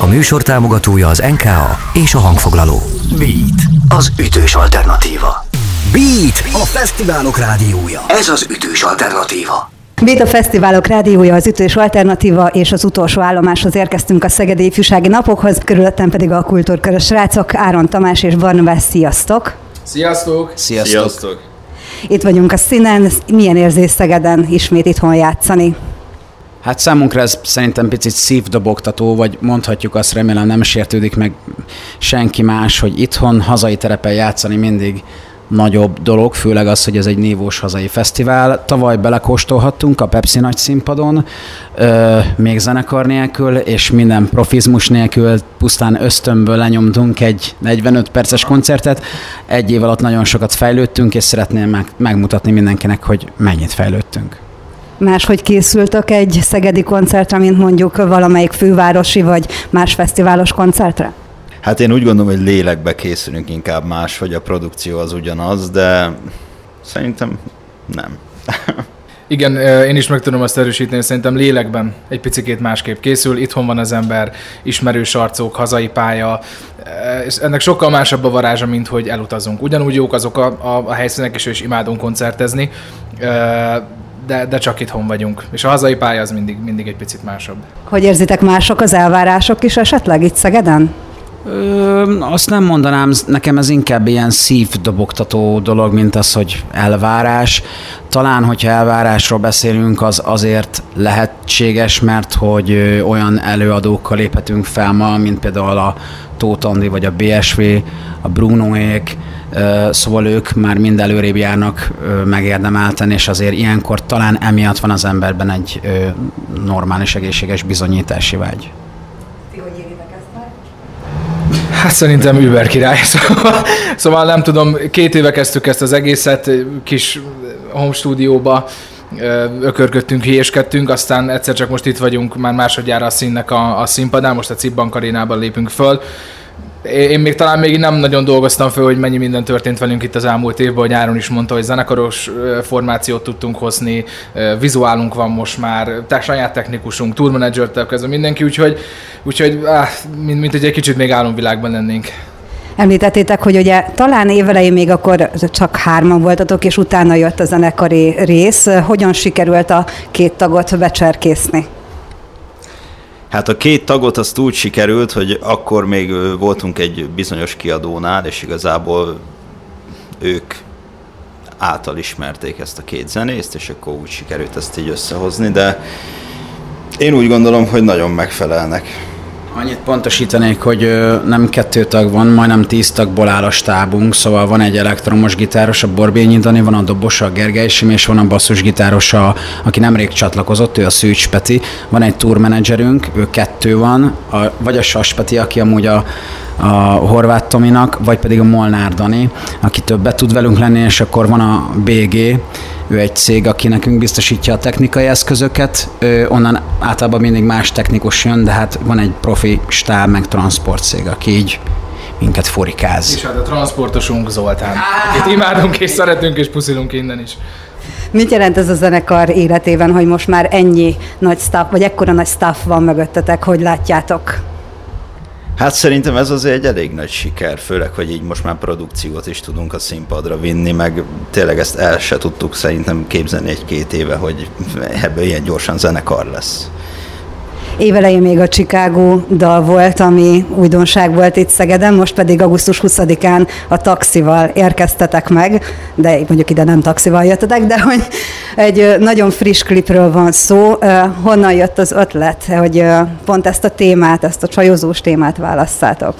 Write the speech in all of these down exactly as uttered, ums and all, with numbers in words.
műsor támogatója az en ká á és a hangfoglaló. Beat, az ütős alternatíva. Beat, a fesztiválok rádiója. Ez az ütős alternatíva. Beat, a fesztiválok rádiója, az ütős alternatíva, és az utolsó állomáshoz érkeztünk a Szegedi Ifjúsági Napokhoz, körülöttem pedig a kultúrkörös srácok, Áron Tamás és Barnabás, sziasztok! Sziasztok! Sziasztok! Sziasztok. Itt vagyunk a színen, milyen érzés Szegeden ismét itthon játszani? Hát számunkra ez szerintem picit szívdobogtató, vagy mondhatjuk azt, remélem nem sértődik meg senki más, hogy itthon, hazai terepen játszani mindig nagyobb dolog, főleg az, hogy ez egy nívós hazai fesztivál. Tavaly belekóstolhattunk a Pepsi nagy színpadon, euh, még zenekar nélkül, és minden profizmus nélkül, pusztán ösztönből lenyomtunk egy negyvenöt perces koncertet. Egy év alatt nagyon sokat fejlődtünk, és szeretném meg, megmutatni mindenkinek, hogy mennyit fejlődtünk. Máshogy készültök egy szegedi koncertre, mint mondjuk valamelyik fővárosi vagy más fesztiválos koncertre? Hát én úgy gondolom, hogy lélekbe készülünk inkább más, hogy a produkció az ugyanaz, de szerintem nem. Igen, én is meg tudom azt erősíteni, szerintem lélekben egy picikét másképp készül, itthon van az ember, ismerős arcok, hazai pálya, és ennek sokkal másabb a varázsa, mint hogy elutazunk. Ugyanúgy jók azok a, a, a helyszínek, és is imádunk koncertezni, de, de csak itthon vagyunk. És a hazai pálya az mindig, mindig egy picit másabb. Hogy érzitek, mások az elvárások is esetleg itt Szegeden? Ö, azt nem mondanám, nekem ez inkább ilyen szívdobogtató dolog, mint az, hogy elvárás. Talán, hogyha elvárásról beszélünk, az azért lehetséges, mert hogy olyan előadókkal léphetünk fel ma, mint például a Tóth Andi vagy a bé es vé, a Brunoék, szóval ők már mind előrébb járnak megérdemelten, és azért ilyenkor talán emiatt van az emberben egy normális, egészséges bizonyítási vágy. Hát szerintem Uber király. Szóval, szóval nem tudom, két éve kezdtük ezt az egészet, kis home stúdióba ökörködtünk, hülyéskedtünk, aztán egyszer csak most itt vagyunk már másodjára a színnek a, a színpadán, most a Cibbank arénában lépünk föl. Én még talán még nem nagyon dolgoztam föl, hogy mennyi minden történt velünk itt az elmúlt évben, hogy Áron is mondta, hogy zenekaros formációt tudtunk hozni, vizuálunk van most már, saját technikusunk, tourmanagertől kezdve mindenki, úgyhogy, úgyhogy áh, mint, mint hogy egy kicsit még álomvilágban lennénk. Említettétek, hogy ugye talán évelején még akkor csak hárman voltatok, és utána jött a zenekari rész. Hogyan sikerült a két tagot becserkészni? Hát a két tagot azt úgy sikerült, hogy akkor még voltunk egy bizonyos kiadónál, és igazából ők által ismerték ezt a két zenészt, és akkor úgy sikerült ezt így összehozni, de én úgy gondolom, hogy nagyon megfelelnek. Annyit pontosítanék, hogy nem kettő tag van, majdnem tíz tagból áll a stábunk, szóval van egy elektromos gitáros, a Borbényi Dani, van a dobosa, a Gergely Simi, és van a basszusgitáros, a, aki nemrég csatlakozott, ő a Szűcs Peti. Van egy tourmenedzserünk, ő kettő van, a, vagy a Sas Peti, aki amúgy a, a Horváth Tominak, vagy pedig a Molnár Dani, aki többet tud velünk lenni, és akkor van a bé gé, ő egy cég, aki nekünk biztosítja a technikai eszközöket, ő, onnan általában mindig más technikus jön, de hát van egy profi stáb, meg transportcég, aki így minket furikáz. És hát a transportosunk Zoltán, akit imádunk és szeretünk és puszilunk innen is. Mit jelent ez a zenekar életében, hogy most már ennyi nagy staff, vagy ekkora nagy staff van mögöttetek, hogy látjátok? Hát szerintem ez azért egy elég nagy siker, főleg, hogy így most már produkciót is tudunk a színpadra vinni, meg tényleg ezt el se tudtuk szerintem képzelni egy-két éve, hogy ebből ilyen gyorsan zenekar lesz. Évelején még a Chicago dal volt, ami újdonság volt itt Szegeden, most pedig augusztus huszadikán a Taxival érkeztetek meg, de mondjuk ide nem taxival jöttetek, de hogy egy nagyon friss klipről van szó. Honnan jött az ötlet, hogy pont ezt a témát, ezt a csajozós témát válasszátok?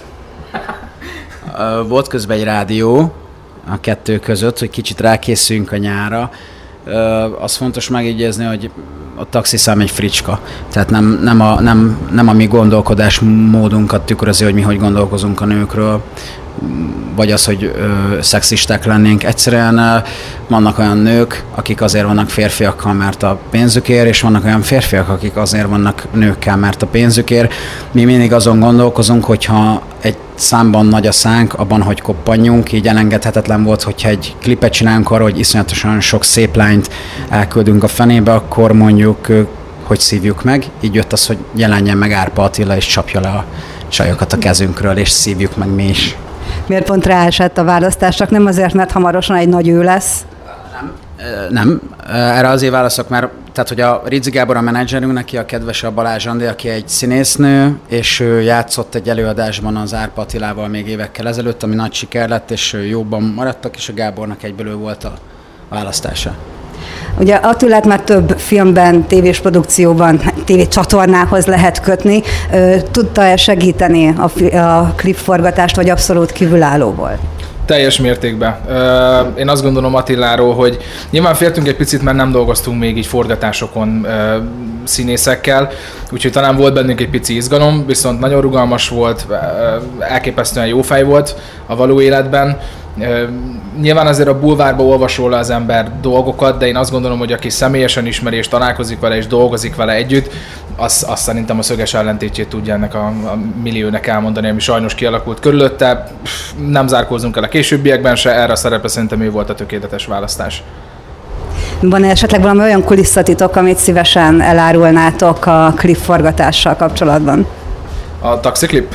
Volt közben egy rádió a kettő között, hogy kicsit rákészüljünk a nyára. Az fontos megjegyezni, hogy a taxiszám egy fricska. Tehát nem, nem, a, nem, nem a mi gondolkodásmódunkat tükrözi, hogy mi hogy gondolkozunk a nőkről, vagy az, hogy ö, szexisták lennénk. Egyszerűen ö, vannak olyan nők, akik azért vannak férfiakkal, mert a pénzükért, és vannak olyan férfiak, akik azért vannak nőkkel, mert a pénzükért. Mi mindig azon gondolkozunk, hogyha egy számban nagy a szánk, abban, hogy koppanjunk, így elengedhetetlen volt, hogyha egy klipet csinálunk arra, hogy iszonyatosan sok szép lányt elküldünk a fenébe, akkor mondjuk hogy szívjuk meg. Így jött az, hogy jelenjen meg Árpa Attila, és csapja le a csajokat a kezünkről, és szívjuk meg mi is. Miért pont ráesett a választás? Csak nem azért, mert hamarosan egy nagy ő lesz? Nem. Nem. Erre azért válaszok, mert tehát, hogy a Ridzi Gábor a menedzserünk, neki a kedvese a Balázs Andi, aki egy színésznő, és ő játszott egy előadásban az Árpa Attilával még évekkel ezelőtt, ami nagy siker lett, és jóban maradtak, és a Gábornak egyből ő volt a választása. Ugye Attilát már több filmben, tévés produkcióban, tévécsatornához lehet kötni. Tudta-e segíteni a, a klipforgatást, vagy abszolút kívülálló volt? Teljes mértékben. Én azt gondolom Attiláról, hogy nyilván féltünk egy picit, mert nem dolgoztunk még így forgatásokon színészekkel, úgyhogy talán volt bennünk egy pici izgalom, viszont nagyon rugalmas volt, elképesztően jó fej volt a való életben. Nyilván azért a bulvárba olvasol az ember dolgokat, de én azt gondolom, hogy aki személyesen ismeri és találkozik vele és dolgozik vele együtt, azt az szerintem a szöges ellentétjét tudja ennek a, a milliónek elmondani, ami sajnos kialakult körülötte. Nem zárkózunk el a későbbiekben se, erre a szerepre szerintem ő volt a tökéletes választás. Van esetleg valami olyan kulisszatitok, amit szívesen elárulnátok a klipforgatással kapcsolatban? A taxiklip?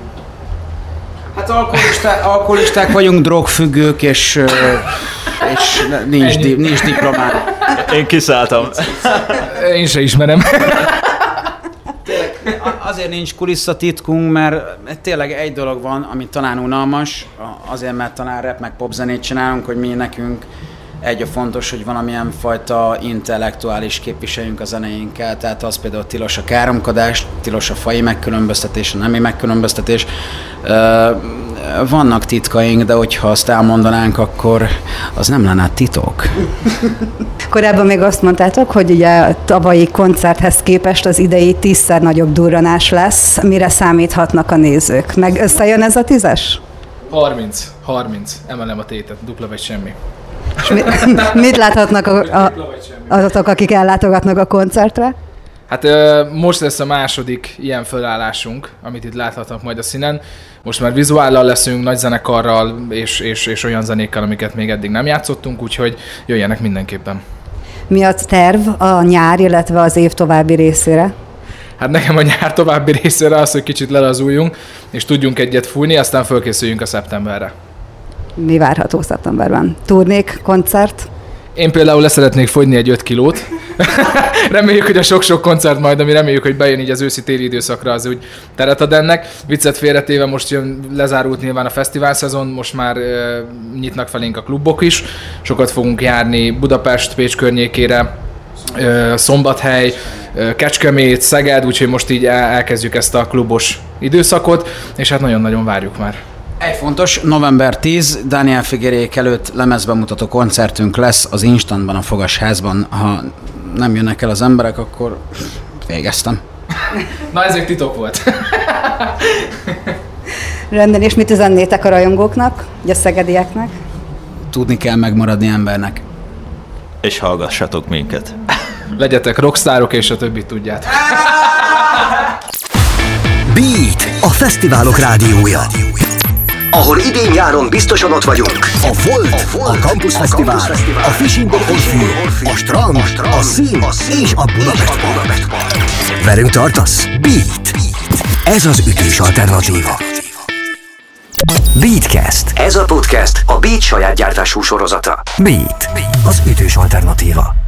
Hát alkoholisták, alkoholisták vagyunk, drogfüggők, és, és nincs, di, nincs diplománk. Én kiszálltam. Én se ismerem. Tényleg, azért nincs kulisszatitkunk, mert tényleg egy dolog van, ami talán unalmas, azért, mert talán rap meg popzenét csinálunk, hogy mi nekünk egy a fontos, hogy valamilyen fajta intellektuális képviseljünk a zenéinkkel, tehát az például tilos a káromkodás, tilos a faji megkülönböztetés, a nemi megkülönböztetés. Vannak titkaink, de hogyha azt elmondanánk, akkor az nem lenne titok. Korábban még azt mondtátok, hogy ugye a tavalyi koncerthez képest az idei tízszer nagyobb durranás lesz. Mire számíthatnak a nézők? Meg összejön ez a tízes? harminc. harminc. Emelem a tétet. Dupla vagy semmi. És mi, mit láthatnak a, a, azok, akik ellátogatnak a koncertre? Hát most lesz a második ilyen fölállásunk, amit itt láthatnak majd a színen. Most már vizuállal leszünk, nagy zenekarral és, és, és olyan zenékkel, amiket még eddig nem játszottunk, úgyhogy jöjjenek mindenképpen. Mi a terv a nyár, illetve az év további részére? Hát nekem a nyár további részére az, hogy kicsit lelazuljunk, és tudjunk egyet fújni, aztán fölkészüljünk a szeptemberre. Mi várható szeptemberben? Turnék, koncert? Én például leszeretnék fogyni egy öt kilót. Reméljük, hogy a sok-sok koncert majd, ami reméljük, hogy bejön így az őszi-téli időszakra, az úgy teret ad ennek. Viccet félretéve most jön, lezárult nyilván a fesztivál szezon, most már e, nyitnak felénk a klubok is. Sokat fogunk járni Budapest, Pécs környékére, e, Szombathely, e, Kecskemét, Szeged, úgyhogy most így el, elkezdjük ezt a klubos időszakot, és hát nagyon-nagyon várjuk már. Egy fontos, november tízedike, Dániel Figuerék előtt lemezbemutató koncertünk lesz az Instantban, a Fogasházban. Ha nem jönnek el az emberek, akkor végeztem. Na, ez egy titok volt. Rendben, és mit üzennétek a rajongóknak, vagy a szegedieknek? Tudni kell megmaradni embernek. És hallgassatok minket. Legyetek rockstárok, és a többit tudjátok. Beat, a fesztiválok rádiója. Ahol idén-nyáron biztosan ott vagyunk. A Volt, a, Volt, a Campus Fesztivál, a Fishing Orfű, a Strand, a Szín és a Budapest Park. Velünk tartasz? Beat. Ez az ütős alternatíva. Beatcast. Ez a podcast a Beat saját gyártású sorozata. Beat, az ütős alternatíva.